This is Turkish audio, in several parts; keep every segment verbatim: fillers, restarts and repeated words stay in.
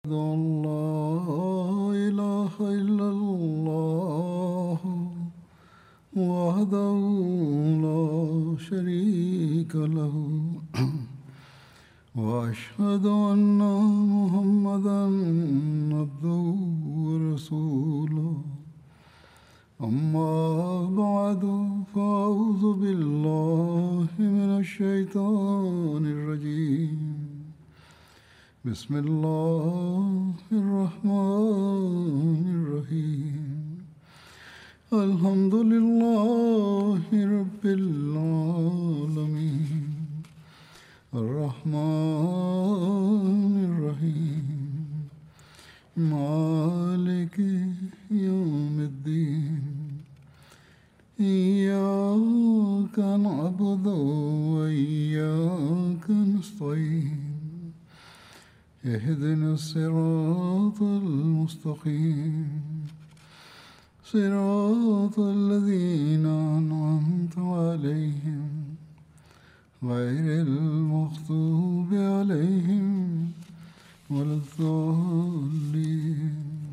أن لا إله إلا الله وحده لا شريك له وأشهد أن محمدا عبده ورسوله أما بعد فأعوذ بالله من الشيطان الرجيم بسم الله الرحمن الرحيم الحمد لله رب العالمين الرحمن الرحيم مالك يوم الدين إياك نعبد وإياك نستعين اهدنا الصراط المستقيم صراط الذين أنعمت عليهم غير المغضوب عليهم ولا الضالين.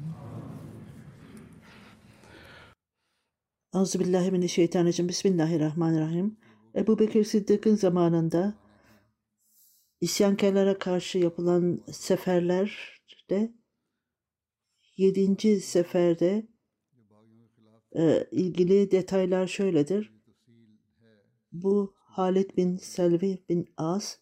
Euzubillahimineşşeytanirracim. Bismillahirrahmanirrahim. Ebu Bekir Sıddık'ın zamanında isyankarlara karşı yapılan seferlerde yedinci seferde e, ilgili detaylar şöyledir. Bu Halid bin Selvi bin As,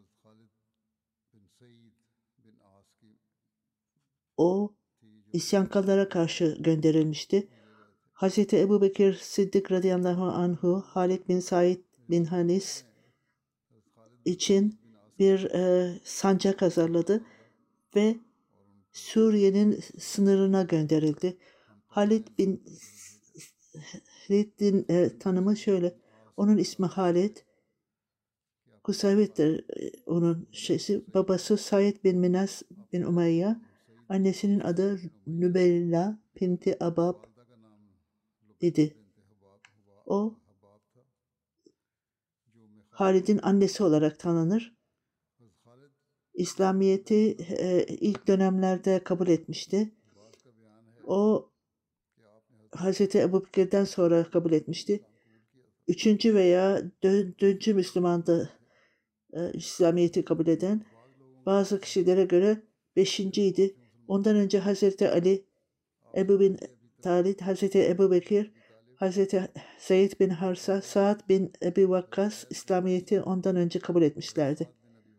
o isyankarlara karşı gönderilmişti. Hazreti Ebu Bekir Sıddık radıyallahu anhu Halid bin Said bin Hanis için bir e, sancak hazırladı ve Suriye'nin sınırına gönderildi. Halid bin Halid'in e, tanımı şöyle. Onun ismi Halid. Kusayvet'tir onun şeysi. Babası Said bin Minas bin Umayya. Annesinin adı Nübeyla Pinti Abab idi. O Halid'in annesi olarak tanınır. İslamiyet'i e, ilk dönemlerde kabul etmişti. O Hazreti Ebu Bekir'den sonra kabul etmişti. Üçüncü veya dördüncü Müslümandı e, İslamiyet'i kabul eden. Bazı kişilere göre beşinciydi. Ondan önce Hazreti Ali, Ebu bin Talid, Hazreti Ebu Bekir, Hazreti Zeyd bin Harsa, Sa'd bin Ebi Vakkas İslamiyet'i ondan önce kabul etmişlerdi.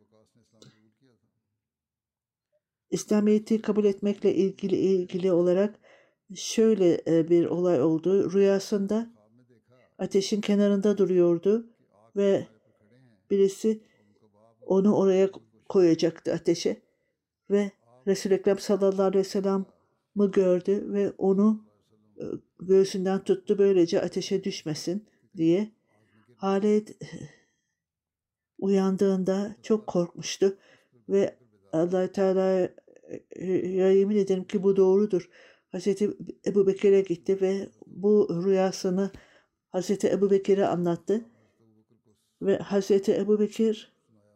İslamiyet'i kabul etmekle ilgili ilgili olarak şöyle bir olay oldu. Rüyasında ateşin kenarında duruyordu ve birisi onu oraya koyacaktı ateşe ve Resul-i Ekrem sallallahu aleyhi ve sellem'i gördü ve onu göğsünden tuttu böylece ateşe düşmesin diye. Halid uyandığında çok korkmuştu ve Allah-u Teala'ya yemin ederim ki bu doğrudur. Hazreti Ebu Bekir'e gitti ve bu rüyasını Hazreti Ebu Bekir'e anlattı. Ve Hazreti Ebu Bekir,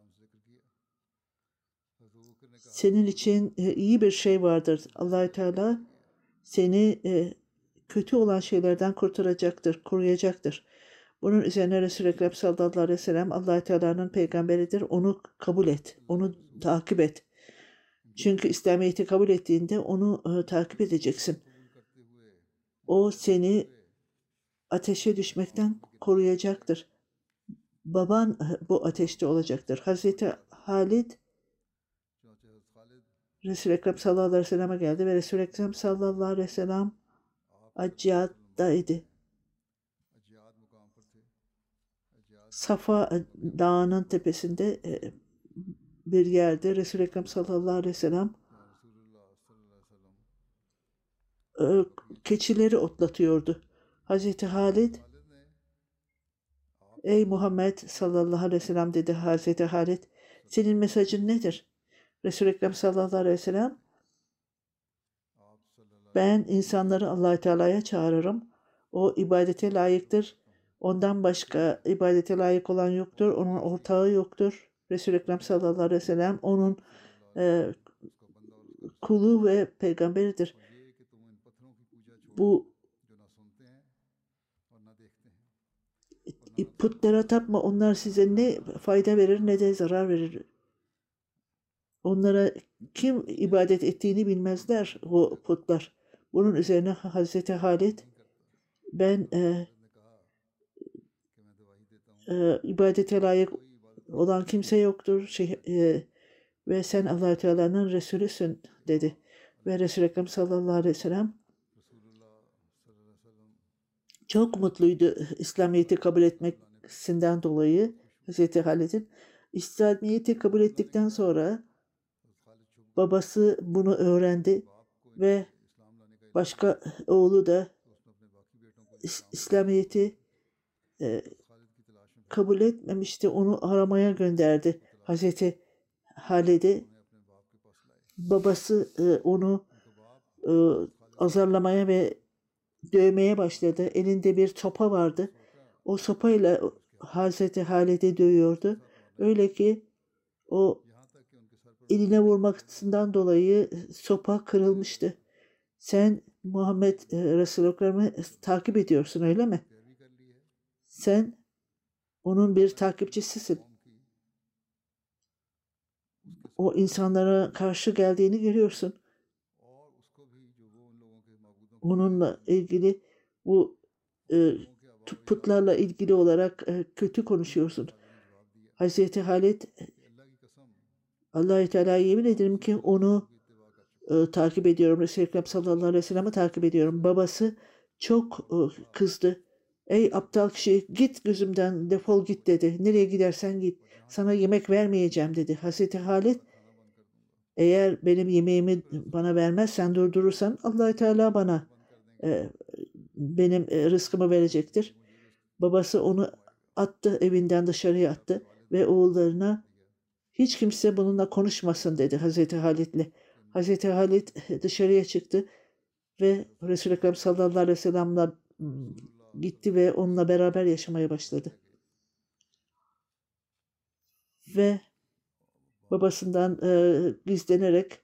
senin için iyi bir şey vardır. Allah-u Teala seni kötü olan şeylerden kurtaracaktır, koruyacaktır. Bunun üzerine Resul-i Ekrem sallallahu aleyhi ve sellem Allah-u Teala'nın peygamberidir. Onu kabul et, onu takip et. Çünkü İslamiyet'i kabul ettiğinde onu e, takip edeceksin. O seni ateşe düşmekten koruyacaktır. Baban bu ateşte olacaktır. Hazreti Halid Resul-i Ekrem sallallahu aleyhi ve sellem'e geldi ve Resul-i Ekrem sallallahu aleyhi ve sellem Acciyad'da idi. Safa Dağı'nın tepesinde e, bir yerde Resul-i Ekrem sallallahu aleyhi ve sellem e, keçileri otlatıyordu. Hazreti Halid, ey Muhammed sallallahu aleyhi ve sellem dedi Hazreti Halid, senin mesajın nedir? Resul-i Ekrem sallallahu aleyhi ve sellem, ben insanları Allah-u Teala'ya çağırırım. O ibadete layıktır. Ondan başka ibadete layık olan yoktur. Onun ortağı yoktur. Resul-i Ekrem sallallahu aleyhi ve sellem onun e, kulu ve peygamberidir. Bu putlara tapma, onlar size ne fayda verir ne de zarar verir. Onlara kim ibadet ettiğini bilmezler o putlar. Bunun üzerine Hazreti Halid, ben e, e, ibadete layık olan kimse yoktur şey, e, ve sen Allah-u Teala'nın Resulüsün dedi. Ve Resul-i Ekrem sallallahu aleyhi ve sellem çok mutluydu İslamiyet'i kabul etmesinden dolayı. Hazreti Halid'in İslamiyet'i kabul ettikten sonra babası bunu öğrendi ve başka oğlu da İslamiyet'i e, kabul etmemişti. Onu aramaya gönderdi Hazreti Halid'i. Babası e, onu e, azarlamaya ve dövmeye başladı. Elinde bir sopa vardı. O sopayla Hazreti Halid'i dövüyordu. Öyle ki o eline vurmasından dolayı sopa kırılmıştı. Sen Muhammed e, Resul-i Ekrem'i takip ediyorsun, öyle mi? Sen onun bir takipçisisin. O insanlara karşı geldiğini görüyorsun. Onunla ilgili bu e, putlarla ilgili olarak e, kötü konuşuyorsun. Hazreti Halid, Allah-u Teala'ya yemin ederim ki onu e, takip ediyorum. Resul-i Ekrem sallallahu aleyhi ve sellem'i takip ediyorum. Babası çok e, kızdı. Ey aptal kişi, git gözümden, defol git dedi. Nereye gidersen git. Sana yemek vermeyeceğim dedi. Hazreti Halid, eğer benim yemeğimi bana vermezsen, durdurursan Allah-u Teala bana e, benim e, rızkımı verecektir. Babası onu attı, evinden dışarıya attı ve oğullarına hiç kimse bununla konuşmasın dedi Hazreti Halid'le. Hazreti Halid dışarıya çıktı ve Resul-i Ekrem sallallahu aleyhi ve sellem'le gitti ve onunla beraber yaşamaya başladı. Ve babasından e, gizlenerek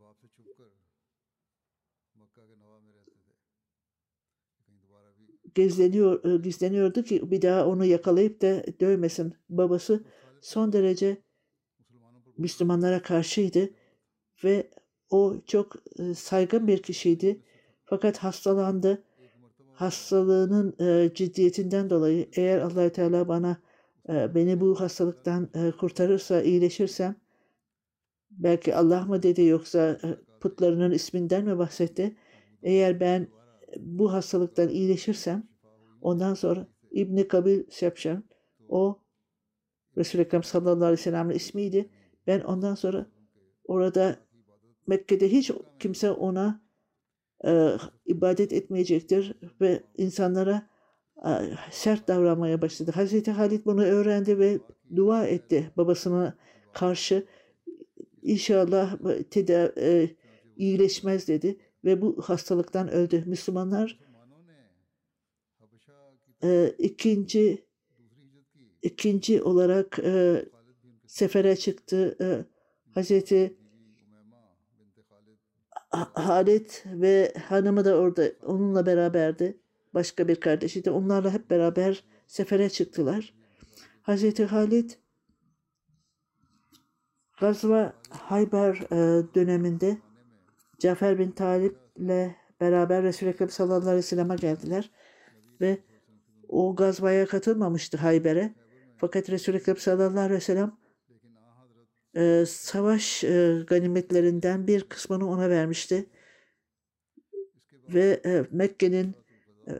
gizleniyor, e, gizleniyordu ki bir daha onu yakalayıp da dövmesin. Babası son derece Müslümanlara karşıydı ve o çok e, saygın bir kişiydi. Fakat hastalandı. Hastalığının e, ciddiyetinden dolayı eğer Allah-u Teala bana e, beni bu hastalıktan e, kurtarırsa, iyileşirsem, belki Allah mı dedi yoksa e, putlarının isminden mi bahsetti? Eğer ben bu hastalıktan iyileşirsem, ondan sonra İbn-i Kabil Şepşan, o Resul-i Ekrem sallallahu aleyhi ve sellem'in ismiydi. Ben ondan sonra orada Mekke'de hiç kimse ona e, ibadet etmeyecektir ve insanlara e, sert davranmaya başladı. Hazreti Halid bunu öğrendi ve dua etti babasına karşı. İnşallah teda- e, iyileşmez dedi ve bu hastalıktan öldü. Müslümanlar e, ikinci ikinci olarak e, sefere çıktı. E, Hazreti Halid ve hanımı da orada onunla beraberdi. Başka bir kardeşi de. Onlarla hep beraber sefere çıktılar. Hazreti Halid Gazva Hayber e, döneminde Cafer bin Talib ile beraber Resul-i Ekrem sallallahu aleyhi ve sellem'e geldiler ve o gazvaya katılmamıştı Hayber'e. Fakat Resul-i Ekrem sallallahu aleyhi ve sellem e, savaş e, ganimetlerinden bir kısmını ona vermişti. Ve e, Mekke'nin e,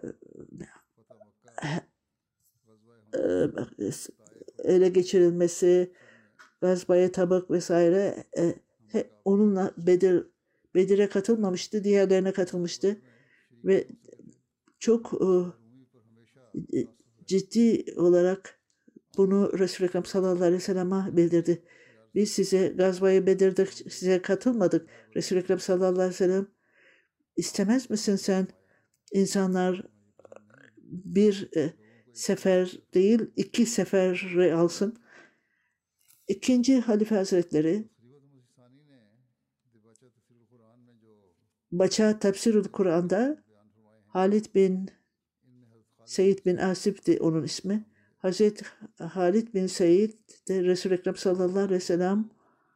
e, ele geçirilmesi, Gazvaya Tabuk vesaire e, he, onunla Bedir Bedir'e katılmamıştı, diğerlerine katılmıştı ve çok e, ciddi olarak bunu Resul-i Ekrem sallallahu aleyhi ve sellem'e bildirdi. Biz size Gazvaya Bedir'de size katılmadık. Resul-i Ekrem sallallahu aleyhi ve sellem, istemez misin sen insanlar bir e, sefer değil iki sefer alsın? İkinci Halife Hazretleri Baça Tefsirul Kur'an'da Halid bin Seyyid bin Asif'ti onun ismi. Hazreti Halid bin Seyyid de Resul-i Ekrem sallallahu aleyhi ve sellem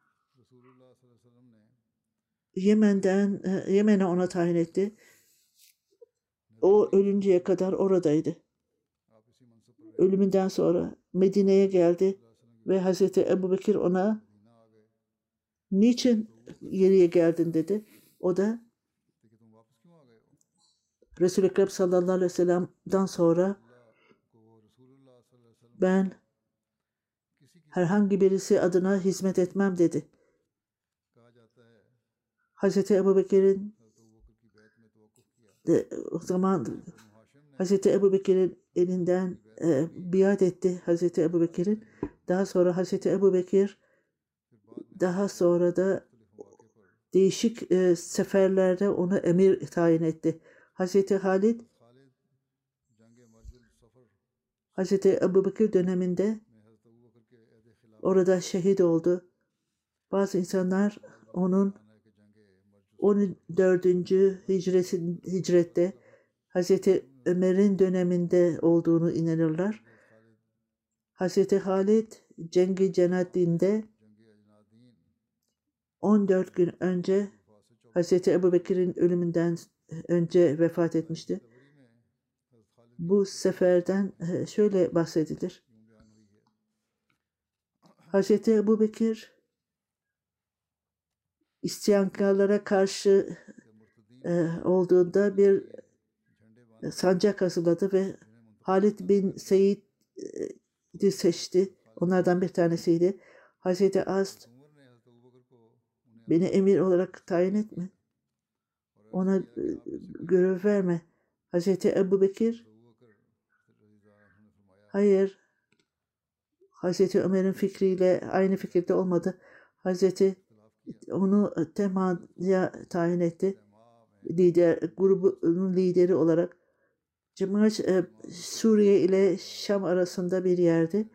Yemen'den Yemen'e ona tayin etti. O ölünceye kadar oradaydı. Ölümünden sonra Medine'ye geldi ve Hazreti Ebubekir ona niçin geriye geldin dedi. O da Resul-i Ekrem sallallahu aleyhi ve sellem'den sonra ben herhangi birisi adına hizmet etmem dedi. Hazreti Ebubekir'in de, o zaman Hazreti Ebubekir'in elinden e, biat etti Hazreti Ebubekir'in. Daha sonra Hazreti Ebubekir daha sonra da değişik e, seferlerde ona emir tayin etti. Hazreti Halid Hazreti Ebubekir döneminde orada şehit oldu. Bazı insanlar onun on dördüncü hicretin, hicrette Hazreti Ömer'in döneminde olduğunu inanırlar. Hazreti Halid Cengi Cenadin'de on dört gün önce Hazreti Ebubekir'in ölümünden önce vefat etmişti. Bu seferden şöyle bahsedilir. Hazreti Ebubekir isyankarlara karşı e, olduğunda bir e, sancak hazırladı ve Halid bin Seyyid'i seçti. Onlardan bir tanesiydi. Hazreti Az beni emir olarak tayin etme. Ona e, görev verme. Hazreti Ebubekir hayır, Hazreti Ömer'in fikriyle aynı fikirde olmadı. Hazreti onu Tema'ya tayin etti. Lider, grubunun lideri olarak. Cemaat e, Suriye ile Şam arasında bir yerdi.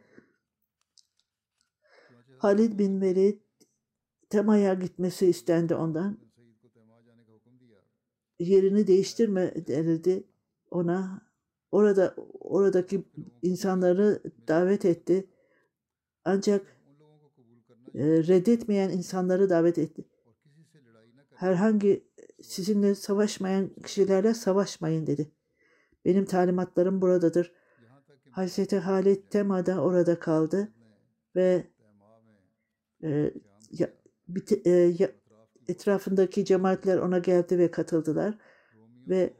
Halid bin Velid Tema'ya gitmesi istendi ondan. Yerini değiştirme denildi ona. Orada oradaki insanları davet etti. Ancak e, reddetmeyen insanları davet etti. Herhangi sizinle savaşmayan kişilerle savaşmayın dedi. Benim talimatlarım buradadır. Hazreti Halid Tema'da orada kaldı ve e, ya, bit, e, ya, etrafındaki cemaatler ona geldi ve katıldılar ve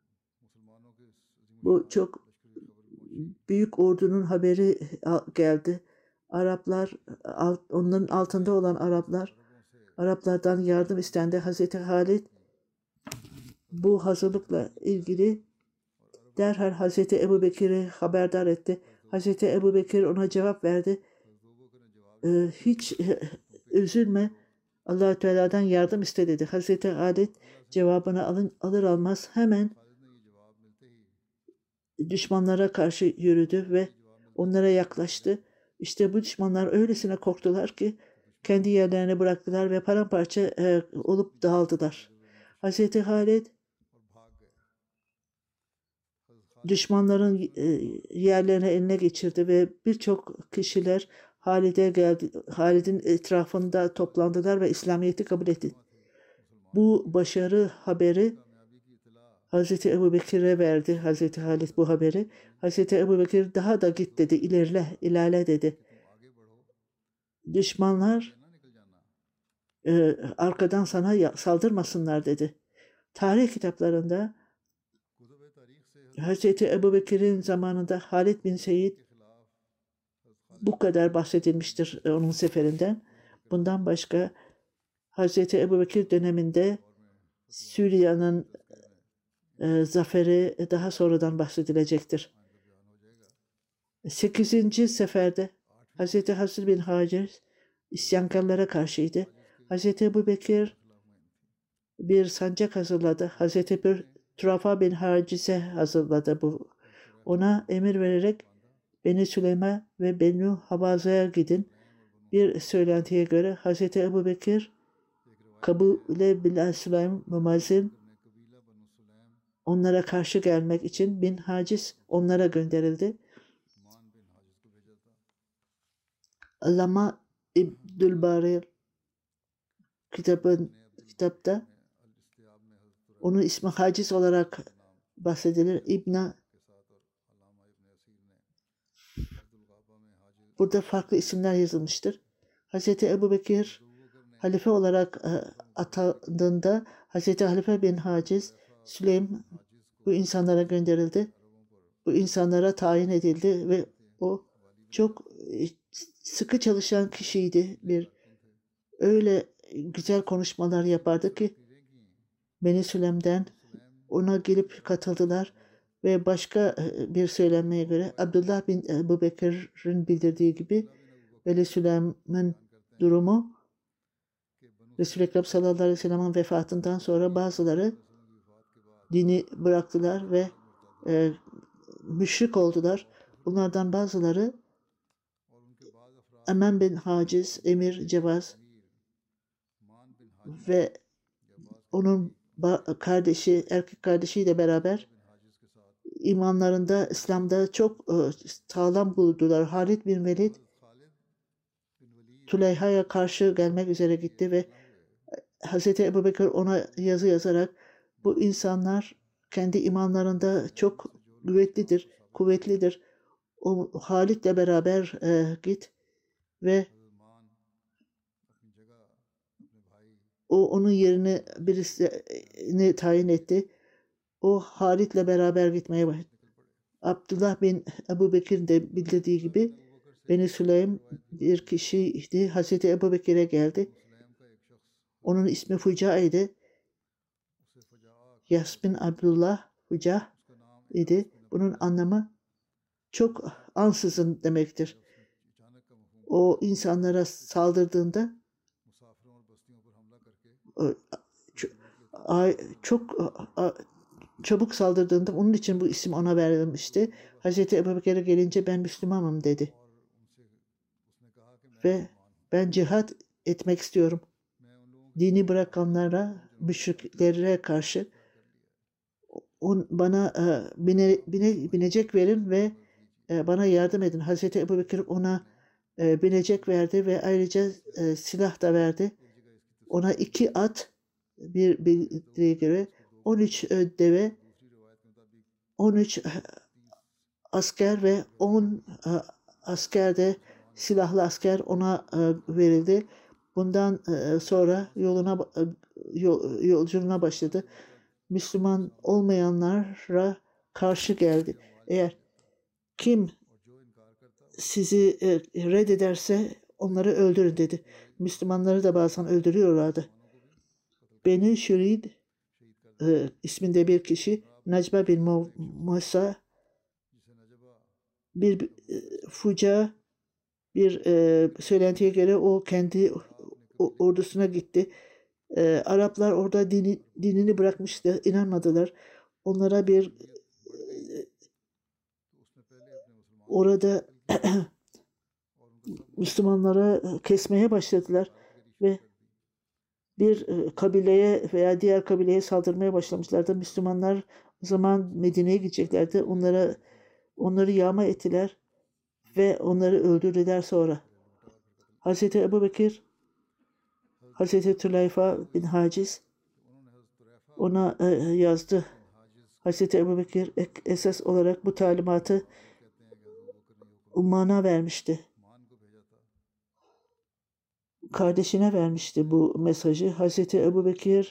bu çok büyük ordunun haberi geldi. Araplar, onların altında olan Araplar, Araplardan yardım istendi. Hazreti Halid bu hazırlıkla ilgili derhal Hazreti Ebubekir'i haberdar etti. Hazreti Ebubekir ona cevap verdi. Ee, hiç üzülme, Allah-u Teala'dan yardım iste dedi. Hazreti Halid cevabını alın, alır almaz hemen düşmanlara karşı yürüdü ve onlara yaklaştı. İşte bu düşmanlar öylesine korktular ki kendi yerlerini bıraktılar ve paramparça e, olup dağıldılar. Hazreti Halid düşmanların e, yerlerini eline geçirdi ve birçok kişiler Halid'e geldi. Halid'in etrafında toplandılar ve İslamiyet'i kabul etti. Bu başarı haberi Hazreti Ebubekir'e verdi. Hazreti Halid bu haberi. Hazreti Ebubekir daha da git dedi, ilerle, ilerle dedi. Düşmanlar e, arkadan sana saldırmasınlar dedi. Tarih kitaplarında Hazreti Ebubekir'in zamanında Halid bin Seyyid bu kadar bahsedilmiştir onun seferinden. Bundan başka Hazreti Ebubekir döneminde Suriye'nin e, zaferi daha sonradan bahsedilecektir. Sekizinci seferde Hazreti Hasır bin Hacer isyankarlara karşıydı. Hazreti Ebubekir bir sancak hazırladı. Hazreti bir Turafa bin Hacis'e hazırladı bu. Ona emir vererek Beni Süleyman ve Benu Habaza'ya gidin. Bir söylentiye göre Hazreti Ebubekir Kabile bin Süleym ve Mazin onlara karşı gelmek için bin Haciz onlara gönderildi. Allama İbdülbari kitabın kitapta onun ismi Haciz olarak bahsedilir. İbn burada farklı isimler yazılmıştır. Hazreti Ebubekir halife olarak e, atandığında Hazreti Halife bin Haciz Süleym bu insanlara gönderildi. Bu insanlara tayin edildi ve o çok e, sıkı çalışan kişiydi. Bir öyle güzel konuşmalar yapardı ki Beni Süleym'den ona gelip katıldılar ve başka e, bir söylenmeye göre Abdullah bin Ebu Bekir'in bildirdiği gibi Beni Süleym'in durumu Resul-i Ekrem sallallahu aleyhi ve sellem'in vefatından sonra bazıları dini bıraktılar ve e, müşrik oldular. Bunlardan bazıları Emen bin Haciz, Emir Cevaz ve onun kardeşi, erkek kardeşiyle beraber imanlarında, İslam'da çok e, sağlam bulundular. Halid bin Velid Tüleyha'ya karşı gelmek üzere gitti ve Hazreti Ebubekir ona yazı yazarak bu insanlar kendi imanlarında çok kuvvetlidir, kuvvetlidir. O Halid'le beraber e, git ve o onun yerine birisini tayin etti. O Halid'le beraber gitmeye başladı. Abdullah bin Ebu Bekir'in de bildirdiği gibi Beni Süleym bir kişiydi. Hazreti Ebu Bekir'e geldi. Onun ismi Fuca idi. Yasmin Abdullah Fuca idi. Bunun anlamı çok ansızın demektir. O insanlara saldırdığında çok çabuk saldırdığında onun için bu isim ona verilmişti. Hazreti Ebubekir'e gelince ben Müslümanım dedi. Ve ben cihat etmek istiyorum. Dini bırakanlara, müşriklere karşı on, bana e, bine, bine, binecek verin ve e, bana yardım edin. Hazreti Ebubekir ona e, binecek verdi ve ayrıca e, silah da verdi. Ona iki at, bir bildiğine göre on üç e, deve, on üç asker ve on e, asker de silahlı asker ona e, verildi. Bundan e, sonra yoluna e, yol, yolculuğuna başladı. Müslüman olmayanlara karşı geldi. Eğer kim sizi e, reddederse onları öldürün dedi. Müslümanları da bazen öldürüyorlardı. Beni Şürid e, isminde bir kişi Necba bin Musa bir e, fuca bir e, söylentiye göre o kendi o, ordusuna gitti. E, Araplar orada dini, dinini bırakmıştı, inanmadılar. Onlara bir e, orada Müslümanlara kesmeye başladılar ve bir e, kabileye veya diğer kabileye saldırmaya başlamışlardı. Müslümanlar o zaman Medine'ye gideceklerdi. Onlara onları yağma ettiler ve onları öldürdüler sonra. Hazreti Ebubekir, Hazreti Tüleyfa bin Haciz ona e, yazdı. Hazreti Ebubekir esas olarak bu talimatı ummana vermişti. Kardeşine vermişti bu mesajı. Hazreti Ebubekir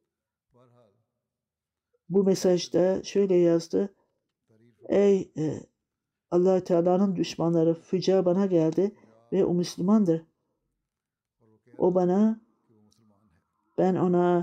bu mesajda şöyle yazdı. Ey e, Allah-u Teala'nın düşmanları, füca bana geldi ve o Müslümandır. O bana, ben ona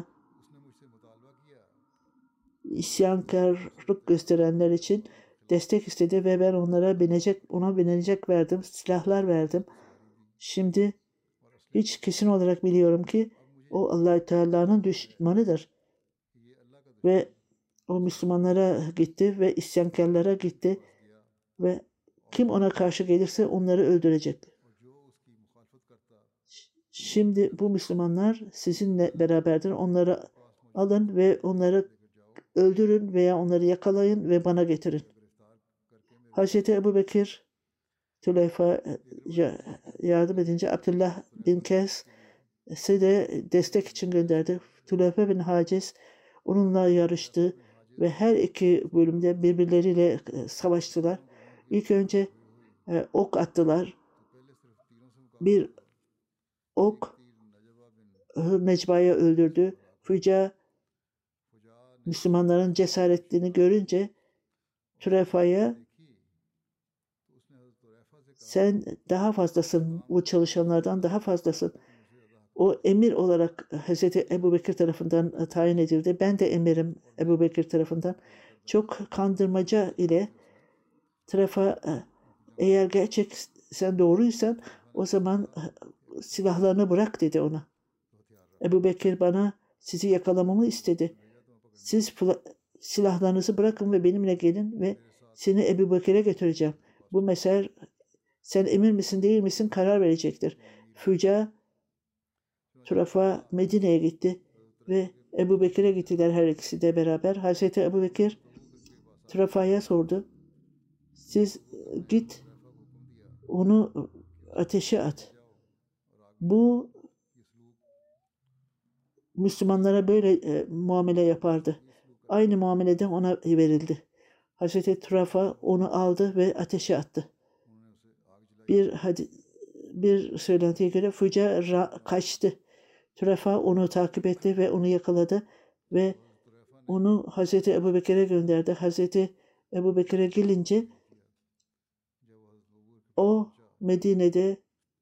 isyankarlık gösterenler için destek istedi ve ben onlara binecek, ona binecek verdim, silahlar verdim. Şimdi hiç kesin olarak biliyorum ki o Allah-u Teala'nın düşmanıdır. Ve o Müslümanlara gitti ve isyankarlara gitti ve kim ona karşı gelirse onları öldürecek. Şimdi bu Müslümanlar sizinle beraberdir. Onları alın ve onları öldürün veya onları yakalayın ve bana getirin. Hazreti Ebu Bekir Tüleyfa yardım edince Abdullah bin Kes'i de destek için gönderdi. Tüleyfa bin Haciz onunla yarıştı ve her iki bölümde birbirleriyle savaştılar. İlk önce e, ok attılar. Bir ok Mecba'yı öldürdü. Füca Müslümanların cesaretini görünce Tüleyfa'ya sen daha fazlasın, bu çalışanlardan daha fazlasın. O emir olarak Hazreti Ebu Bekir tarafından tayin edildi. Ben de emirim Ebu Bekir tarafından. Çok kandırmaca ile Tüleyfa eğer gerçek sen doğruysan o zaman silahlarını bırak dedi ona. Ebu Bekir bana sizi yakalamamı istedi. Siz silahlarınızı bırakın ve benimle gelin ve seni Ebu Bekir'e götüreceğim. Bu mesele sen emir misin değil misin karar verecektir. Füca Tüleyfa Medine'ye gitti ve Ebu Bekir'e gittiler her ikisi de beraber. Hazreti Ebu Bekir Tüleyfa'ya sordu. Siz git onu ateşe at. Bu Müslümanlara böyle e, muamele yapardı. Aynı muameleden ona verildi. Hazreti Tüleyfa onu aldı ve ateşe attı. Bir hadi, bir söylentiye göre Füca kaçtı. Tüleyfa onu takip etti ve onu yakaladı ve onu Hazreti Ebu Bekir'e gönderdi. Hazreti Ebu Bekir'e gelince o Medine'de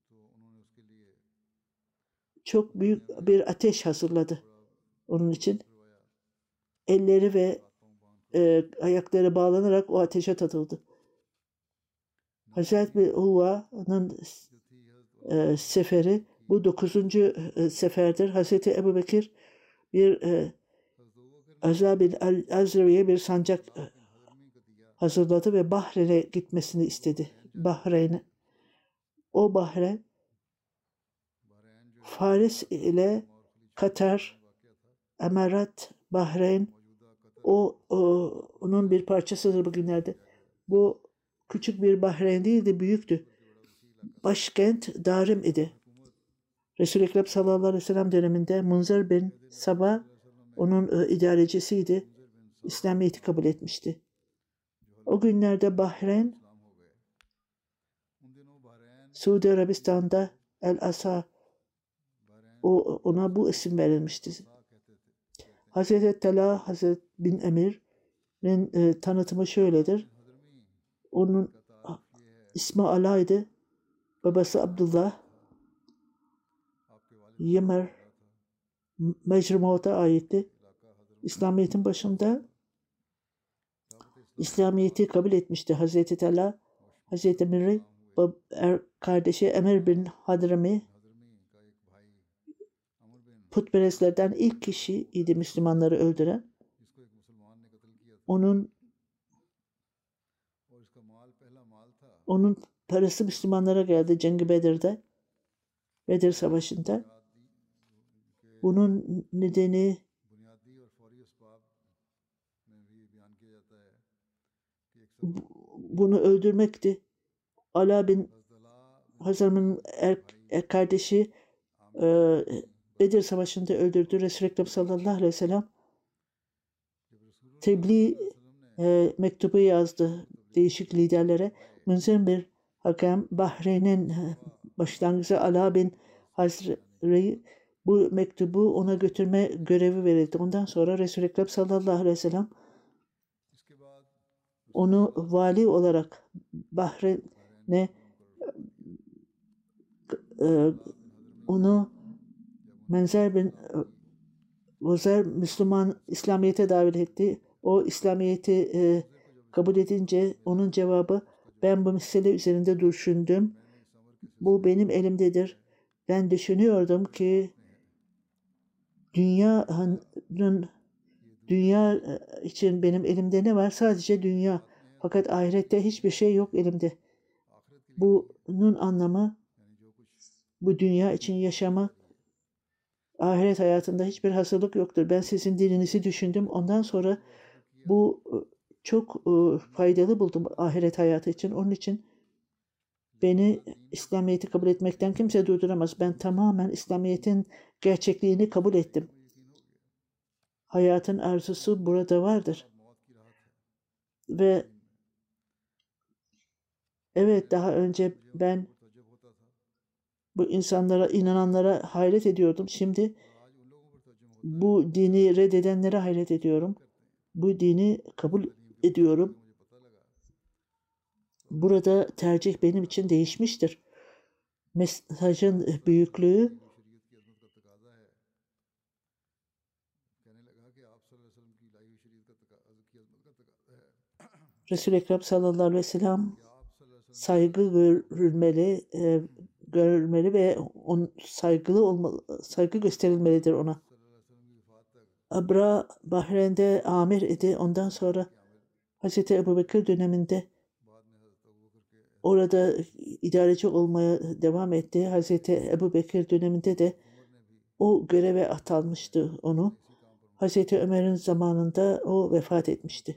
çok büyük bir ateş hazırladı onun için. Elleri ve e, ayakları bağlanarak o ateşe atıldı. Hazreti Huva'nın e, seferi bu dokuzuncu e, seferdir. Hazreti Ebu Bekir bir e, Azab-ı Azravi'ye bir sancak e, hazırladı ve Bahreyn'e gitmesini istedi. Bahreyn'e. O Bahreyn Faris ile Katar, Emirat, Bahreyn o, o onun bir parçasıdır bugünlerde. Bu küçük bir Bahreyn değildi, büyüktü. Başkent Darim idi. Resul-i Ekrem sallallahu aleyhi ve sellem döneminde Munzir bin Sabah onun e, idarecisiydi. İslamiyet'i kabul etmişti. O günlerde Bahreyn Suudi Arabistan'da El-Asa o, ona bu isim verilmişti. Hazreti Talha Hazreti bin Emir'in e, tanıtımı şöyledir. Onun ismi Ala'ydı. Babası Abdullah. Yemer Mecrumut'a aitti. İslamiyet'in başında İslamiyet'i kabul etmişti Hazreti Talha. Hazreti Emir'i er, kardeşi Emir bin Hadrami putperestlerden ilk kişiydi Müslümanları öldüren. Onun onun parası Müslümanlara geldi Cengi Bedir'de. Bedir Savaşı'nda. Bunun nedeni bunu öldürmekti. Ala bin Hazar'ın er, er kardeşi e, Bedir Savaşı'nda öldürdü. Resul-i Ekrem sallallahu aleyhi ve sellem tebliğ e, mektubu yazdı değişik liderlere. Münzir bir hakem Bahreyn'in başlangıcı Ala bin Hazre'yi bu mektubu ona götürme görevi verildi. Ondan sonra Resul-i Ekrem sallallahu aleyhi ve sellem onu vali olarak Bahreyn'e e, onu Menzer bin Vozer Müslüman İslamiyet'e davet etti. O İslamiyet'i e, kabul edince onun cevabı ben bu mesele üzerinde düşündüm. Bu benim elimdedir. Ben düşünüyordum ki dünyanın dünya için benim elimde ne var? Sadece dünya. Fakat ahirette hiçbir şey yok elimde. Bunun anlamı bu dünya için yaşamak, ahiret hayatında hiçbir hazırlık yoktur. Ben sizin dilinizi düşündüm. Ondan sonra bu çok faydalı buldum ahiret hayatı için. Onun için beni İslamiyet'i kabul etmekten kimse durduramaz. Ben tamamen İslamiyet'in gerçekliğini kabul ettim. Hayatın arzusu burada vardır. Ve evet, daha önce ben bu insanlara, inananlara hayret ediyordum. Şimdi bu dini reddedenlere hayret ediyorum. Bu dini kabul ediyorum. Burada tercih benim için değişmiştir. Mesajın büyüklüğü Resul-i Ekrem sallallahu aleyhi ve sellem saygı görülmeli, e, görülmeli ve on, saygılı olmalı, saygı gösterilmelidir ona. Abra Bahreyn'de amir idi. Ondan sonra Hazreti Ebubekir döneminde orada idareci olmaya devam etti. Hazreti Ebubekir döneminde de o göreve atanmıştı onu. Hazreti Ömer'in zamanında o vefat etmişti.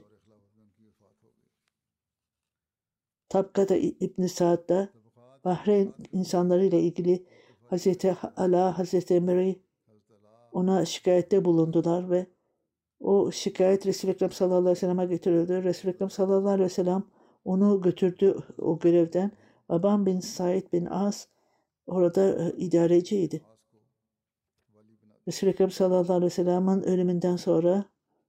Tabkada İbn-i Sa'd'da Bahreyn insanlarıyla ilgili Hazreti Ala, Hazreti Ömer'i ona şikayette bulundular ve o şikayet Resul-i Ekrem sallallahu aleyhi ve sellem'e getirildi. Resul-i Ekrem sallallahu aleyhi ve sellem onu götürdü o görevden. Babam bin Said bin As orada idareciydi. Resul-i Ekrem sallallahu aleyhi ve sellem'in ölümünden sonra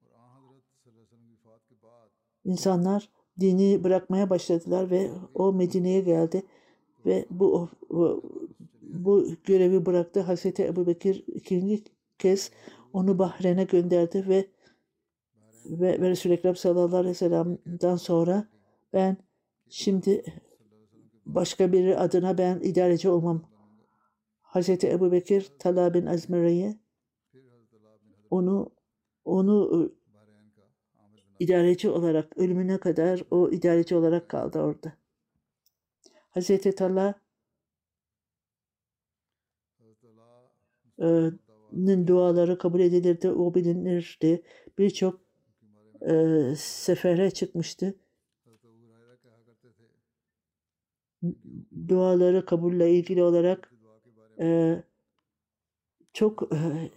insanlar dini bırakmaya başladılar ve o Medine'ye geldi ve bu o, bu görevi bıraktı. Hazreti Ebubekir ikinci kez onu Bahreyn'e gönderdi ve ve, ve Resul-i Ekrem sallallahu aleyhi ve sellem'den sonra ben şimdi başka biri adına ben idareci olmam. Hazreti Ebubekir Talha bin Azmere'ye onu onu idareci olarak ölümüne kadar o idareci olarak kaldı orada. Hazreti Talha'nın duaları kabul edilirdi, o bilinirdi. Birçok e, sefere çıkmıştı. Duaları kabulle ilgili olarak e, çok e,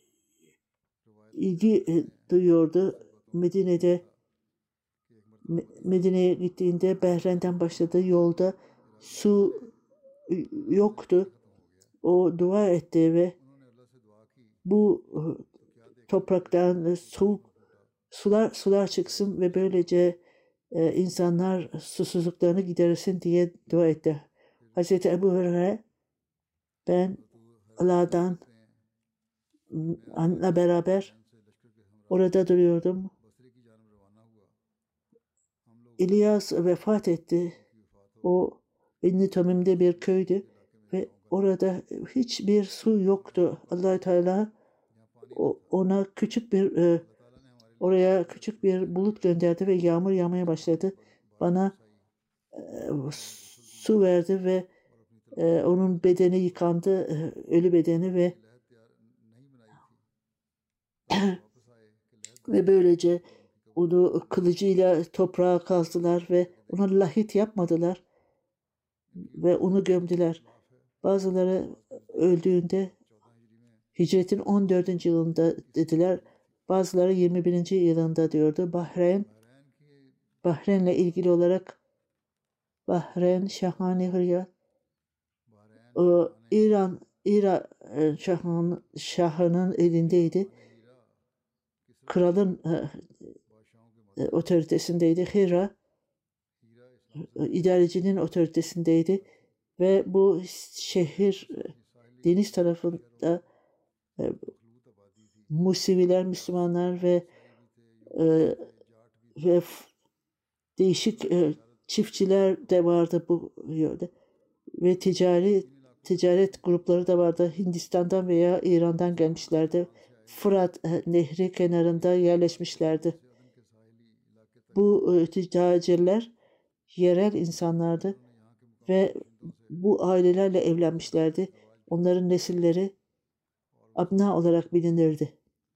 ilgi e, duyuyordu. Medine'de Medine'ye gittiğinde Bahreyn'den başladı. Yolda su yoktu. O dua etti ve bu topraktan su sular sular çıksın ve böylece e, insanlar susuzluklarını gidersin diye dua etti. Hazreti Ebu Hureyre ben Allah'tan onunla beraber orada duruyordum. İlyas vefat etti. O Beni Tamim'de bir köydü ve orada hiçbir su yoktu. Allah-u Teala ona küçük bir e, oraya küçük bir bulut gönderdi ve yağmur yağmaya başladı. Bana e, su verdi ve e, onun bedeni yıkandı, e, ölü bedeni ve ve böylece onu kılıcıyla toprağa kazdılar ve ona lahit yapmadılar ve onu gömdüler. Bazıları öldüğünde hicretin on dördüncü yılında dediler. Bazıları yirmi birinci yılında diyordu. Bahreyn Bahreyn'le ilgili olarak Bahreyn Şahani Hürriyet o İran İran şahının, şahının elindeydi. Kralın e, otoritesindeydi. Hira e, idarecinin otoritesindeydi ve bu şehir e, deniz tarafında e, Museviler, Müslümanlar ve e, ve değişik e, çiftçiler de vardı bu yerde ve ticari ticaret grupları da vardı. Hindistan'dan veya İran'dan gelmişlerdi. Fırat e, Nehri kenarında yerleşmişlerdi. Bu e, tacirler yerel insanlardı ve bu ailelerle evlenmişlerdi. Onların nesilleri abna olarak bilinirdi.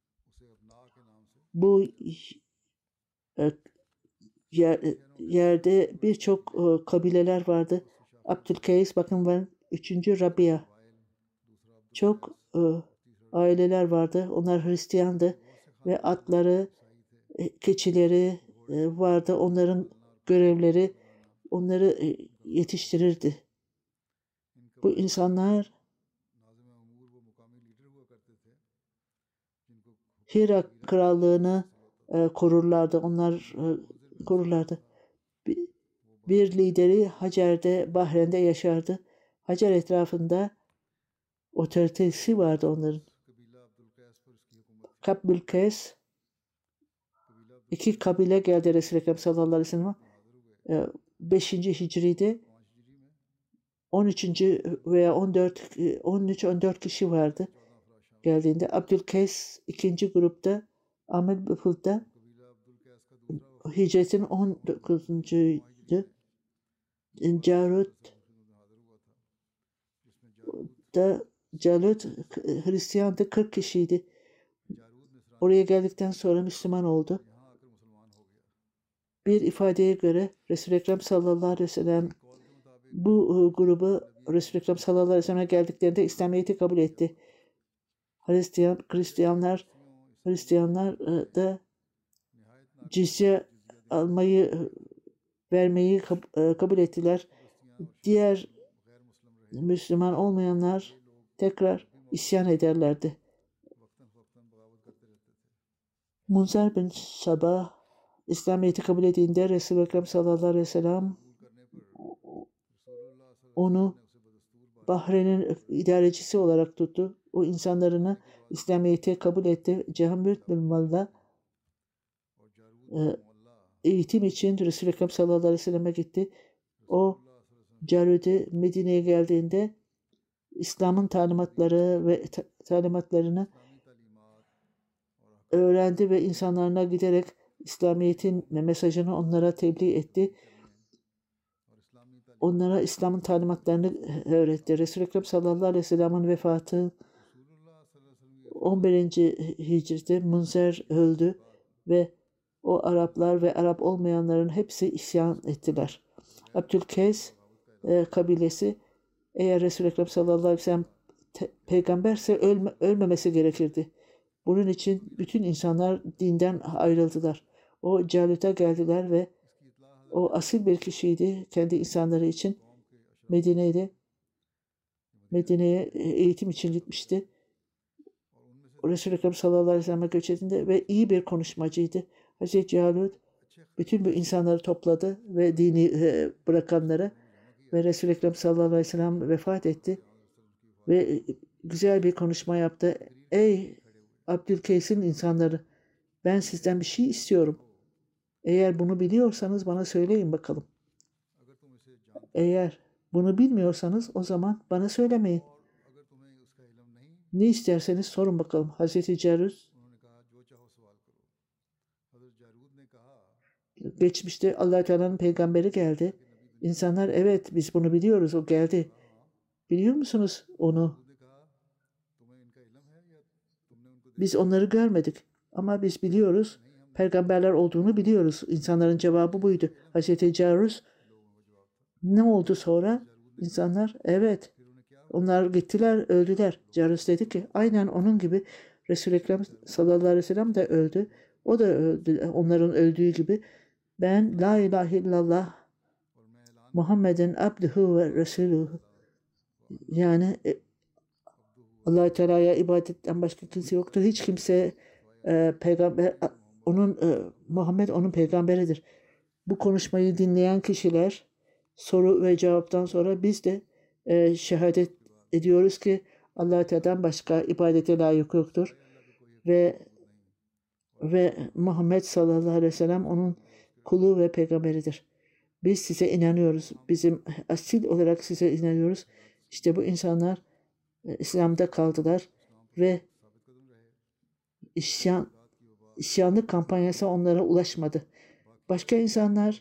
Bu e, yer, yerde birçok e, kabileler vardı. Abdülkays, bakın ben üçüncü Rabia. Çok e, aileler vardı. Onlar Hristiyandı ve atları, e, keçileri e, vardı. Onların görevleri onları e, yetiştirirdi. Bu insanlar Hira krallığını e, korurlardı. Onlar e, korurlardı. Bir, bir lideri Hacer'de, Bahreyn'de yaşardı. Hacer etrafında otoritesi vardı onların. Kabülkes, iki kabile geldi Resul-i Ekrem sallallahu aleyhi ve sellem'e. beşinci Hicri'de on üçüncü veya on dört on üç on dört kişi vardı geldiğinde. Abdülkays ikinci grupta, Ahmet Bıfıl'da hicretin on dokuzuncuydu. Carut da Calut Hristiyan'da kırk kişiydi. Oraya geldikten sonra Müslüman oldu. Bir ifadeye göre Resul-i Ekrem sallallahu aleyhi ve sellem bu grubu Resul-i Ekrem sallallahu aleyhi ve sellem'e geldiklerinde İslamiyet'i kabul etti. Hristiyan, Hristiyanlar Hristiyanlar da cizye almayı, vermeyi kabul ettiler. Diğer Müslüman olmayanlar tekrar isyan ederlerdi. Munzer bin Sabah İslamiyet'i kabul ettiğinde Resul-i Ekrem sallallahu aleyhi ve sellem onu Bahreyn'in idarecisi olarak tuttu. O insanlarını İslamiyet'e kabul etti. Cehambürt bin Mal'da eğitim için Resul-i Ekrem sallallahu aleyhi ve sellem'e gitti. O Carud'e Medine'ye geldiğinde İslam'ın talimatları ve talimatlarını öğrendi ve insanlarına giderek İslamiyet'in mesajını onlara tebliğ etti. Onlara İslam'ın talimatlarını öğretti. Resul-i Ekrem sallallahu aleyhi ve sellem'in vefatı on birinci Hicri'de Munzer öldü ve o Araplar ve Arap olmayanların hepsi isyan ettiler. Abdülkays e, kabilesi eğer Resul-i Ekrem sallallahu aleyhi ve sellem te, peygamberse ölme, ölmemesi gerekirdi. Bunun için bütün insanlar dinden ayrıldılar. O Calut'a geldiler ve o asil bir kişiydi kendi insanları için. Medine'de Medine'ye eğitim için gitmişti. Resul-i Ekrem sallallahu aleyhi ve sellem'e göç edildi ve iyi bir konuşmacıydı. Hazreti Calut bütün bu insanları topladı ve dini e, bırakanları ve Resul-i Ekrem sallallahu aleyhi ve sellem vefat etti ve güzel bir konuşma yaptı. Ey Abdülkays'ın insanları, ben sizden bir şey istiyorum. Eğer bunu biliyorsanız bana söyleyin bakalım. Eğer bunu bilmiyorsanız o zaman bana söylemeyin. Ne isterseniz sorun bakalım. Hazreti Carut geçmişte Allah Teala'nın peygamberi geldi. İnsanlar evet biz bunu biliyoruz, o geldi. Biliyor musunuz onu? Biz onları görmedik ama biz biliyoruz. Peygamberler olduğunu biliyoruz. İnsanların cevabı buydu. Hazreti Carus ne oldu sonra? İnsanlar evet. Onlar gittiler, öldüler. Carus dedi ki aynen onun gibi Resul-i Ekrem sallallahu aleyhi ve sellem de öldü. O da öldü. Onların öldüğü gibi ben la ilahe illallah Muhammeden abduhu ve resuluhu, yani Allah-u Teala'ya ibadetten başka kimse yoktur. Hiç kimse e, peygamber onun e, Muhammed onun peygamberidir. Bu konuşmayı dinleyen kişiler soru ve cevaptan sonra biz de e, şehadet ediyoruz ki Allah-u Teala'dan başka ibadete layık yoktur ve ve Muhammed sallallahu aleyhi ve sellem onun kulu ve peygamberidir. Biz size inanıyoruz. Bizim asil olarak size inanıyoruz. İşte bu insanlar e, İslam'da kaldılar ve isyan, isyanlık kampanyası onlara ulaşmadı. Başka insanlar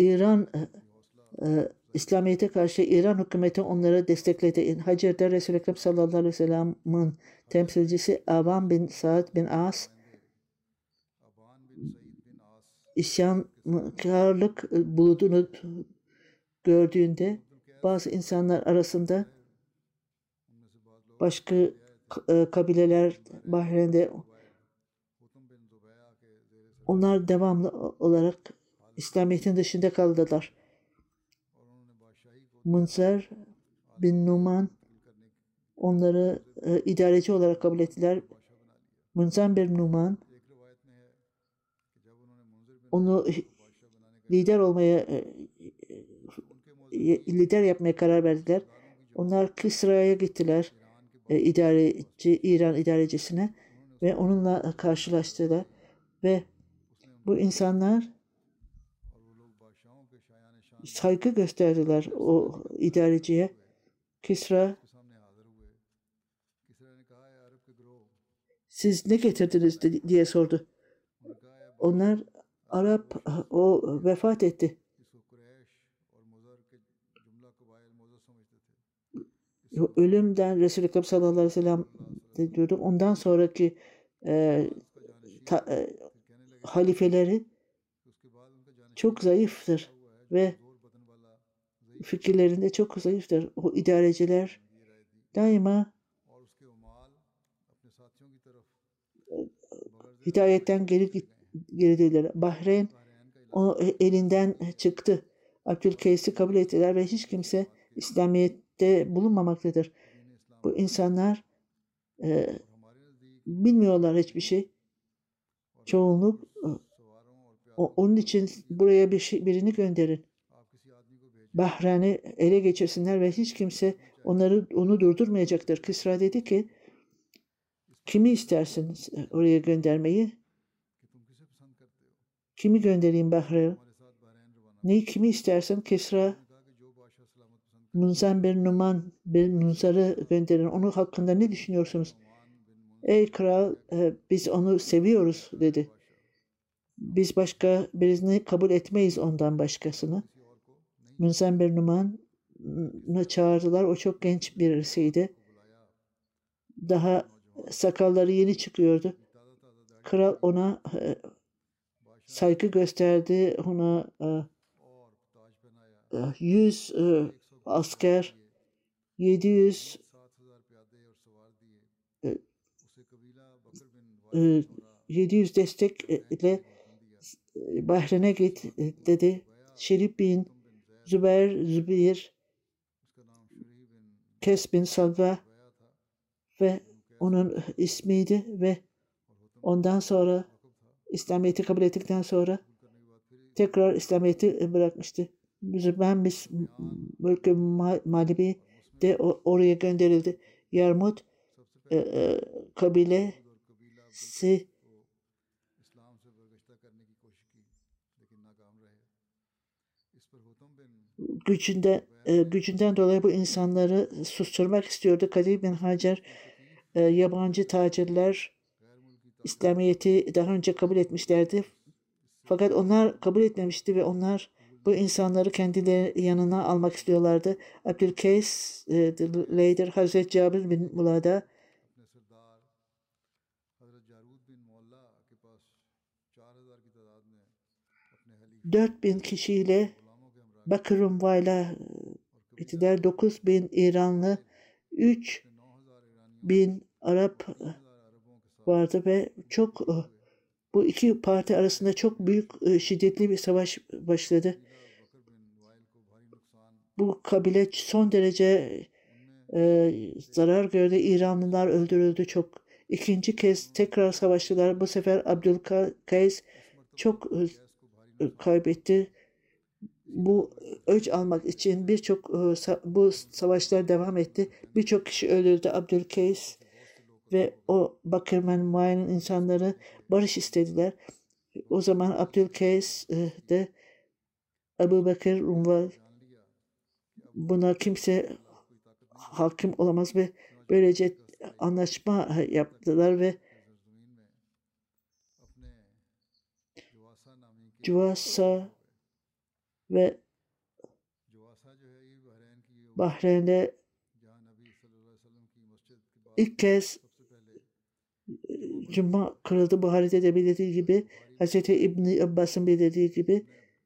İran e, e, İslamiyet'e karşı İran hükümeti onları destekledi. Hacer'de Resul-i Ekrem sallallahu aleyhi ve sellem'in temsilcisi Aban bin Saad bin As isyankarlık bulutunu gördüğünde bazı insanlar arasında başka e, kabileler Bahreyn'de onlar devamlı olarak İslamiyet'in dışında kaldılar. Munzer bin Numan onları e, idareci olarak kabul ettiler. Munzer bin Numan onu lider olmaya e, lider yapmaya karar verdiler. Onlar Kisra'ya gittiler. E, idareci, İran idarecisine ve onunla karşılaştılar ve bu insanlar saygı gösterdiler o idareciye. Kisra siz ne getirdiniz diye sordu. Onlar Arap o vefat etti. Ölümden Resul-i Ekrem sallallahu aleyhi ve sellem diyordu. Ondan sonraki e, ta, e, halifeleri çok zayıftır ve fikirlerinde çok zayıftır. O idareciler daima hidayetten geri geridiler. Bahreyn o elinden çıktı. Abdülkays'ı kabul ettiler ve hiç kimse İslamiyet'te bulunmamaktadır. Bu insanlar e, bilmiyorlar hiçbir şey. Çoğunluk o, onun için buraya bir şey, birini gönderin. Bahreyn'i ele geçirsinler ve hiç kimse onları onu durdurmayacaktır. Kisra dedi ki kimi istersiniz oraya göndermeyi? Kimi göndereyim Bahreyn'e? Neyi kimi istersen Kisra Munzer bin Numan bin Munzer'ı gönderin. Onun hakkında ne düşünüyorsunuz? Ey kral biz onu seviyoruz dedi. Biz başka birini kabul etmeyiz ondan başkasını. Munzer bin Numan'ı çağırdılar. O çok genç birisiydi. Daha sakalları yeni çıkıyordu. Kral ona e, saygı gösterdi. Ona e, yüz e, asker, yedi yüz e, e, yedi yüz destekle Bahreyn'e git dedi. Şerif bin Zübeyir, Zübeyir, Kes bin Salva ve onun ismiydi ve ondan sonra İslamiyet'i kabul ettikten sonra tekrar İslamiyet'i bırakmıştı. Ben biz Mülk-i Malibi de oraya gönderildi. Yarmut e, e, kabilesi gücünden e, gücünden dolayı bu insanları susturmak istiyordu. Kadir bin Hacer e, yabancı tacirler İslamiyet'i daha önce kabul etmişlerdi. Fakat onlar kabul etmemişti ve onlar bu insanları kendileri yanına almak istiyorlardı. Abdülkays, e, Leyder, Hazreti Cabir bin Mulada dört bin kişiyle Bakırım Vayla gittiler. dokuz bin İranlı, üç bin Arap vardı ve çok bu iki parti arasında çok büyük şiddetli bir savaş başladı. Bu kabile son derece e, zarar gördü. İranlılar öldürüldü çok. İkinci kez tekrar savaştılar. Bu sefer Abdülkays çok e, kaybetti. Bu öç almak için birçok e, bu savaşlar devam etti. Birçok kişi öldürdü. Abdülkays ve o Bakırmen Muayyen'in insanları barış istediler. O zaman Abdülkays e, de Ebu Bekir Umval buna kimse hakim olamaz ve böylece anlaşma yaptılar ve Cuvasa ve Bahreyn'de ilk kez Cuma kılındı. Buhari'de de belirttiği gibi, Hz. İbni Abbas'ın belirttiği gibi,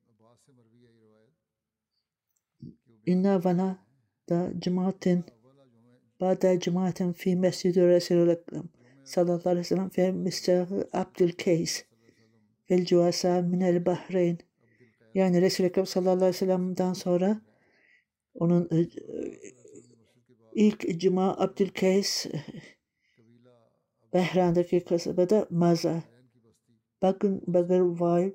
İnna vana da cemaatin ba'da cemaatin fi mescid-i Resulullah sallallahu aleyhi ve sellem fe Mister Abdülkays vel cuasa minel Bahreyn. Yani Resul-i Ekrem sallallahu aleyhi ve sellem'den sonra onun ilk cuma Abdülkays Behran'daki kasabada Maza bakın Bagarwal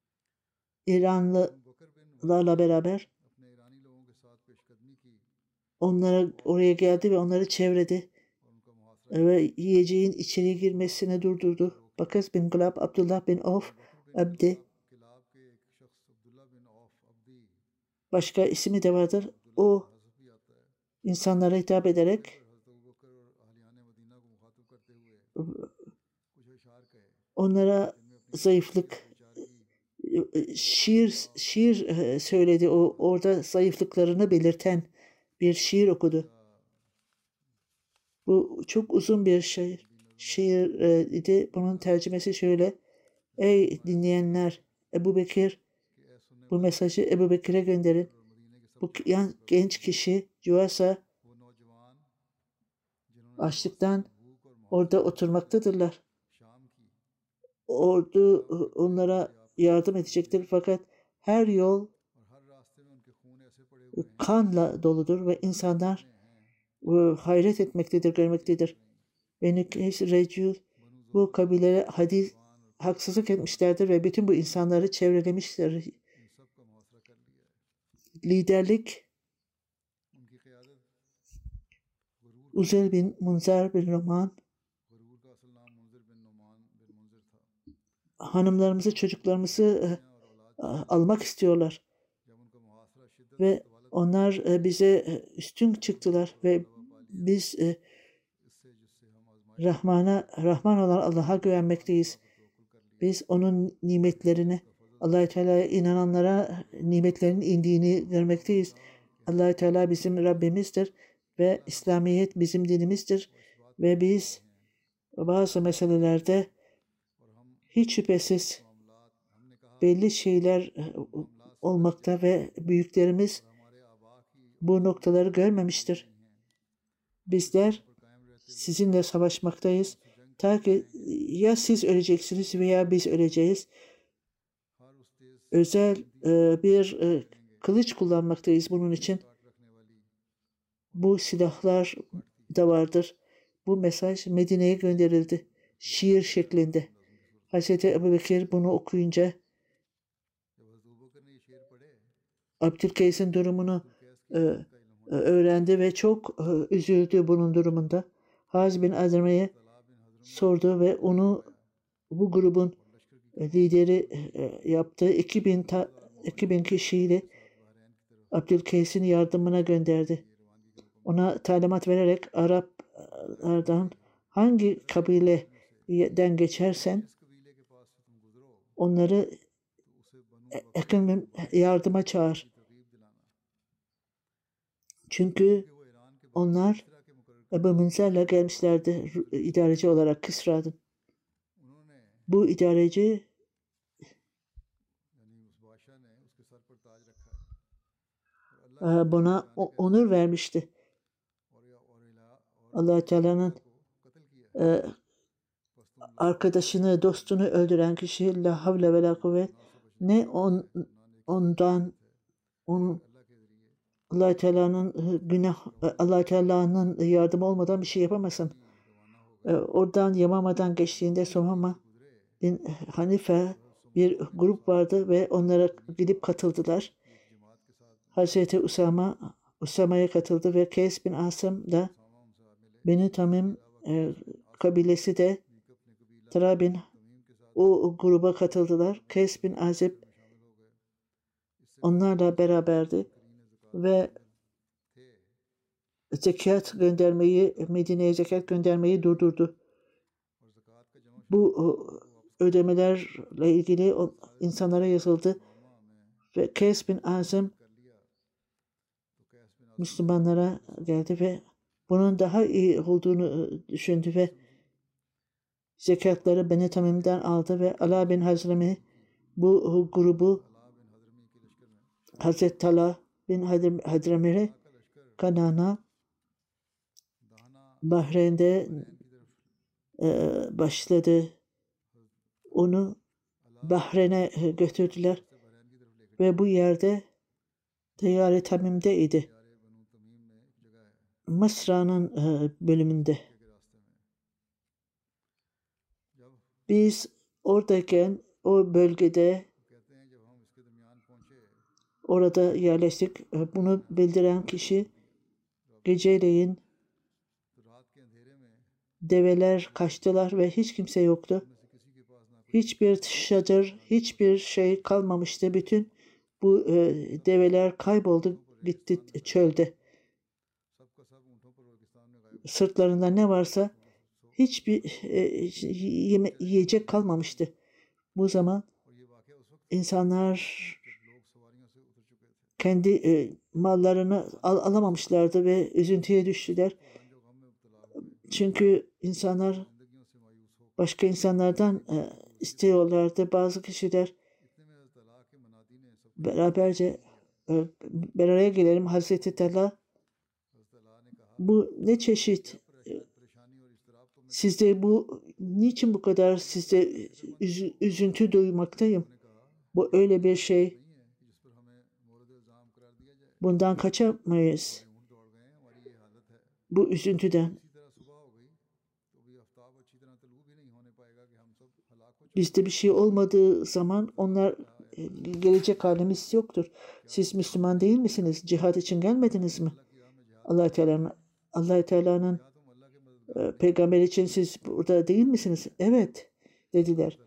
İranlılarla beraber onlara oraya geldi ve onları çevredi ve yiyeceğin içeriye girmesine durdurdu. Bakas bin Gulab, Abdullah bin Auf, Abdi, başka ismi de vardır. O insanlara hitap ederek onlara zayıflık, şiir şiir söyledi. O orada zayıflıklarını belirten bir şiir okudu. Bu çok uzun bir şiir. Şiir idi. Bunun tercümesi şöyle: Ey dinleyenler, Ebu Bekir, bu mesajı Ebu Bekir'e gönderin. Bu genç kişi Cuasa açlıktan orada oturmaktadırlar. Ordu onlara yardım edecektir fakat her yol kanla doludur ve insanlar hayret etmektedir, görmektedir. Beni Recül bu kabilelere hadis haksızlık etmişlerdir ve bütün bu insanları çevrelemişler. Liderlik Uzel bin Munzer bin Roman hanımlarımızı, çocuklarımızı e, almak istiyorlar. Ve onlar e, bize üstün çıktılar ve biz e, Rahman'a, Rahman olan Allah'a güvenmekteyiz. Biz onun nimetlerini, Allah-u Teala'ya inananlara nimetlerin indiğini görmekteyiz. Allah-u Teala bizim Rabbimizdir ve İslamiyet bizim dinimizdir ve biz bazı meselelerde hiç şüphesiz belli şeyler olmakta ve büyüklerimiz bu noktaları görmemiştir. Bizler sizinle savaşmaktayız. Ta ki ya siz öleceksiniz veya biz öleceğiz. Özel e, bir e, kılıç kullanmaktayız bunun için. Bu silahlar da vardır. Bu mesaj Medine'ye gönderildi. Şiir şeklinde. Hazreti Ebubekir bunu okuyunca Abdülkays'ın durumunu e, öğrendi ve çok e, üzüldü bunun durumunda. Haz bin Azreme'ye sordu ve onu bu grubun lideri e, yaptı. iki bin, ta, iki bin kişiyle Abdülkays'ın yardımına gönderdi. Ona talimat vererek Araplardan hangi kabileden geçersen onları yakın yardıma çağır. Çünkü onlar Ebu Münzer'le gelmişlerdi idareci olarak Kısra'dan. Bu idareci buna onur vermişti. Allah-u Teala'nın e, arkadaşını, dostunu öldüren kişi la havle ve la kuvvet ne on, ondan onun Allah-u Teala'nın günah Allah-u Teala'nın yardımı olmadan bir şey yapamazsın. E, oradan Yamama'dan geçtiğinde Somama bin Hanife bir grup vardı ve onlara gidip katıldılar. Hazreti Usama Usama'ya katıldı ve Kays bin Asım da Beni Tamim e, kabilesi de Tara bin o gruba katıldılar. Kays bin Azib onlarla beraberdi ve zekat göndermeyi, Medine'ye zekat göndermeyi durdurdu. Bu ödemelerle ilgili insanlara yazıldı Ve Kays bin Azim Müslümanlara geldi ve bunun daha iyi olduğunu düşündü ve zekatları Beni Tamim'den aldı ve Ala bin Hazremi bu grubu Hazreti Tala bin Hadramir'e Kanana Bahreyn'de e, başladı. Onu Bahreyn'e götürdüler ve bu yerde Diyar-ı Tamim'deydi. Mısra'nın e, bölümünde. Biz oradayken o bölgede orada yerleştik. Bunu bildiren kişi geceleyin develer kaçtılar ve hiç kimse yoktu. Hiçbir çadır, hiçbir şey kalmamıştı. Bütün bu e, develer kayboldu, gitti çölde. Sırtlarında ne varsa hiçbir e, yeme, yiyecek kalmamıştı. Bu zaman insanlar kendi e, mallarını al, alamamışlardı ve üzüntüye düştüler. Çünkü insanlar başka insanlardan e, istiyorlardı. Bazı kişiler beraberce e, bir araya gelelim. Hazreti Teala bu ne çeşit e, sizde bu niçin bu kadar sizde üz, üzüntü duymaktayım? Bu öyle bir şey. Bundan kaçamayız. Bu üzüntüden. Bizde bir şey olmadığı zaman onlar gelecek halimiz yoktur. Siz Müslüman değil misiniz? Cihad için gelmediniz mi? Allah-u Teala'nın Allah-u Teala'nın e, peygamber için siz burada değil misiniz? Evet dediler.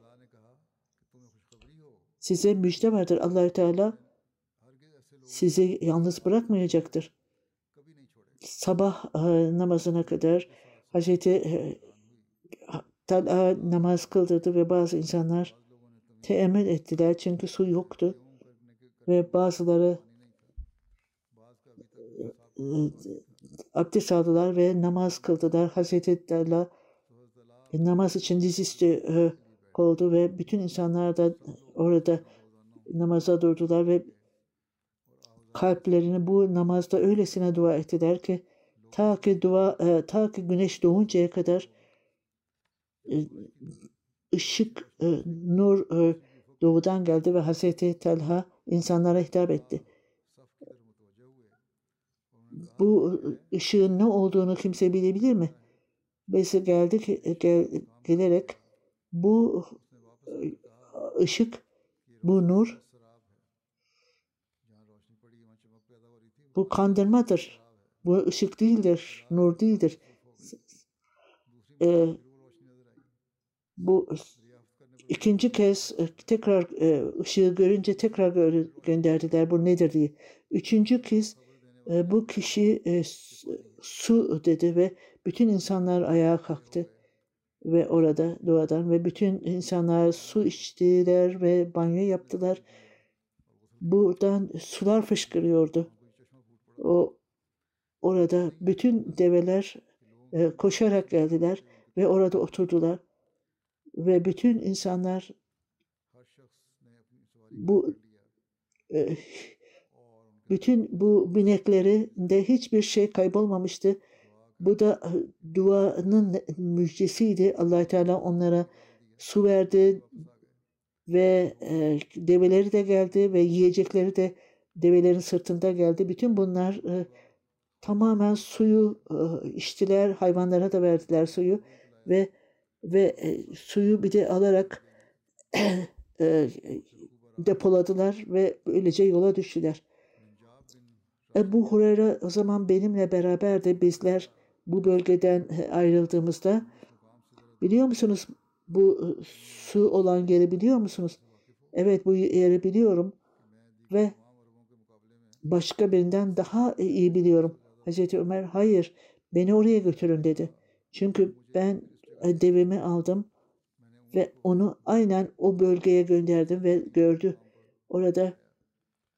Size müjde vardır. Allah-u Teala sizi yalnız bırakmayacaktır. Sabah e, namazına kadar Hazreti e, Talha namaz kıldırdı ve bazı insanlar teemmül ettiler çünkü su yoktu ve bazıları e, abdest aldılar ve namaz kıldılar. Hazreti Talha e, namaz için dizüstü e, oldu ve bütün insanlar da orada namaza durdular ve kalplerini bu namazda öylesine dua ettiler ki ta ki dua e, ta ki güneş doğuncaya kadar e, ışık, e, nur e, doğudan geldi ve Hazreti Talha insanlara hitap etti. Bu ışığın ne olduğunu kimse bilebilir mi? Biz geldik gel, gelerek bu ışık, bu nur, bu kandırmadır. Bu ışık değildir, nur değildir. Ee, bu ikinci kez tekrar ışığı görünce tekrar gönderdiler. Bu nedir diye. Üçüncü kez bu kişi su dedi ve bütün insanlar ayağa kalktı ve orada duadan ve bütün insanlar su içtiler ve banyo yaptılar. Buradan sular fışkırıyordu. O orada bütün develer e, koşarak geldiler ve orada oturdular ve bütün insanlar bu e, bütün bu bineklerinde hiçbir şey kaybolmamıştı. Bu da duanın müjdesiydi. Allah Teala onlara su verdi ve e, develeri de geldi ve yiyecekleri de develerin sırtında geldi. Bütün bunlar e, tamamen suyu e, içtiler. Hayvanlara da verdiler suyu ve ve e, suyu bir de alarak e, depoladılar ve böylece yola düştüler. Ebu Hureyre o zaman benimle beraber de bizler bu bölgeden ayrıldığımızda biliyor musunuz bu su olan yeri biliyor musunuz? Evet bu yeri biliyorum ve başka birinden daha iyi biliyorum. Hazreti Ömer hayır beni oraya götürün dedi. Çünkü ben devemi aldım ve onu aynen o bölgeye gönderdim ve gördü. Orada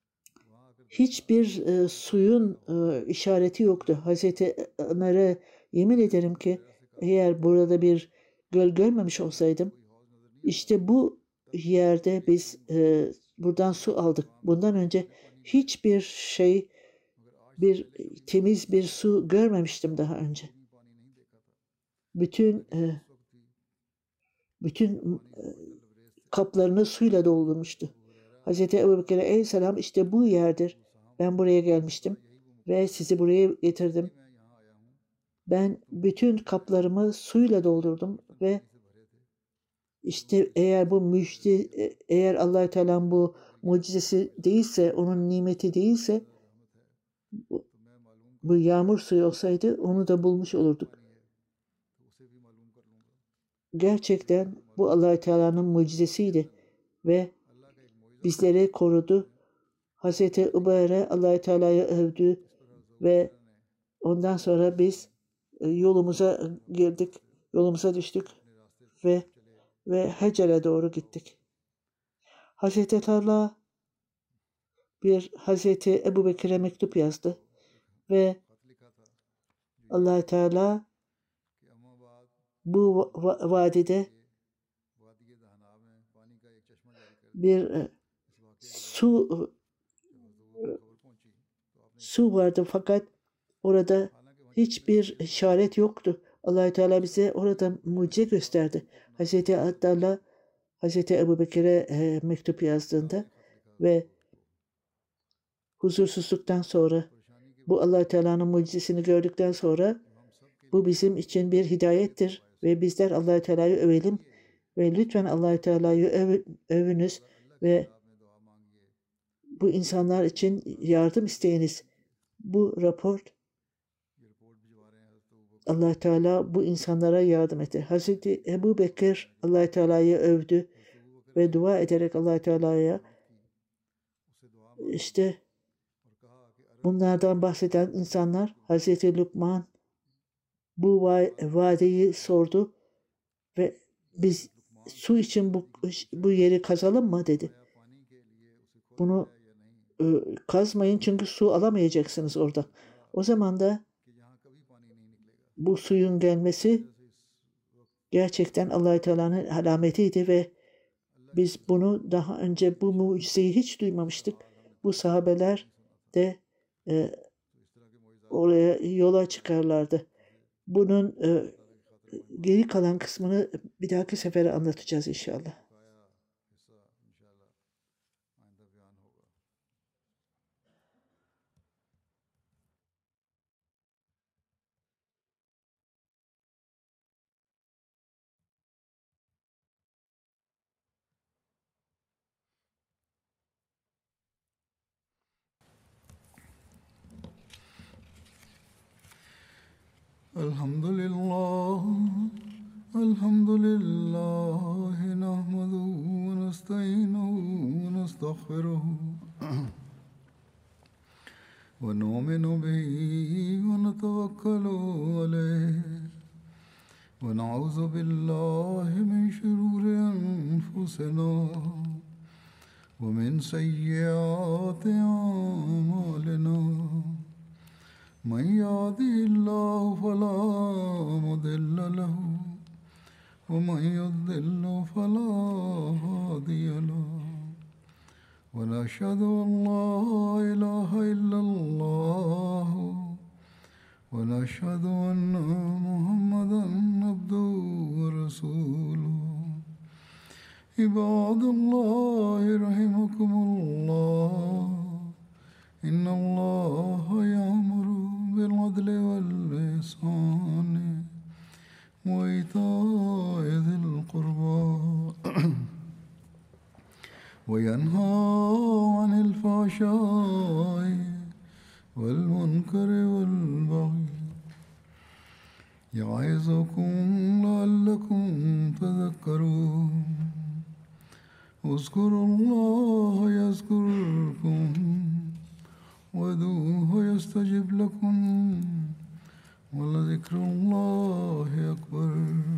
hiçbir e, suyun e, işareti yoktu. Hazreti Ömer'e yemin ederim ki eğer burada bir göl görmemiş olsaydım, işte bu yerde biz e, buradan su aldık. Bundan önce hiçbir şey, bir temiz bir su görmemiştim daha önce. Bütün e, bütün e, kaplarını suyla doldurmuştu. Hazreti Ebubekir Aleyhisselam işte bu yerdir. Ben buraya gelmiştim ve sizi buraya getirdim. Ben bütün kaplarımı suyla doldurdum ve işte eğer bu müjde, eğer Allah-u Teala'nın bu mucizesi değilse, onun nimeti değilse, bu, bu yağmur suyu olsaydı onu da bulmuş olurduk. Gerçekten bu Allah-u Teala'nın mucizesiydi ve bizleri korudu. Hazreti Ubayre Allah-u Teala'yı övdü ve ondan sonra biz yolumuza girdik, yolumuza düştük ve ve Hacer'e doğru gittik. Hazreti Teala bir Hazreti Ebubekir'e mektup yazdı ve Allah Teala bu va- vadide bir e, su e, su vardı fakat orada hiçbir işaret yoktu. Allah Teala bize orada mucize gösterdi. Hazreti Abdallah Hazreti Ebubekir'e e, mektup yazdığında ve huzursuzluktan sonra bu Allah Teala'nın mucizesini gördükten sonra bu bizim için bir hidayettir ve bizler Allah Teala'yı övelim ve lütfen Allah Teala'yı öv, övünüz ve bu insanlar için yardım isteyiniz. Bu rapor Allah Teala bu insanlara yardım etti. Hazreti Ebu Bekir Allah Teala'yı övdü ve dua ederek Allah Teala'ya işte bunlardan bahseden insanlar Hazreti Lukman bu vadeyi sordu ve biz su için bu, bu yeri kazalım mı dedi. Bunu e, kazmayın çünkü su alamayacaksınız orada. O zaman da bu suyun gelmesi gerçekten Allah-u Teala'nın alametiydi ve biz bunu daha önce bu mucizeyi hiç duymamıştık. Bu sahabeler de e, oraya yola çıkarlardı. Bunun e, geri kalan kısmını bir dahaki sefere anlatacağız inşallah. الحمد لله الحمد لله نحمده ونستعينه ونستغفره ونؤمن به ونتوكل عليه ونعوذ بالله من شرور أنفسنا ومن سيئات أعمالنا من يهده الله فلا مضل له ومن يضلل فلا هادي له ونشهد أن لا إله إلا الله ونشهد أن محمدا عبده ورسوله عباد الله رحمكم الله إن الله يأمر بالعدل والإحسان وإيتاء ذي القربى وينهى عن الفحشاء والمنكر والبغي يعظكم لعلكم تذكرون اذكروا الله يذكركم وادعوه يستجب لكم ولذكر الله أكبر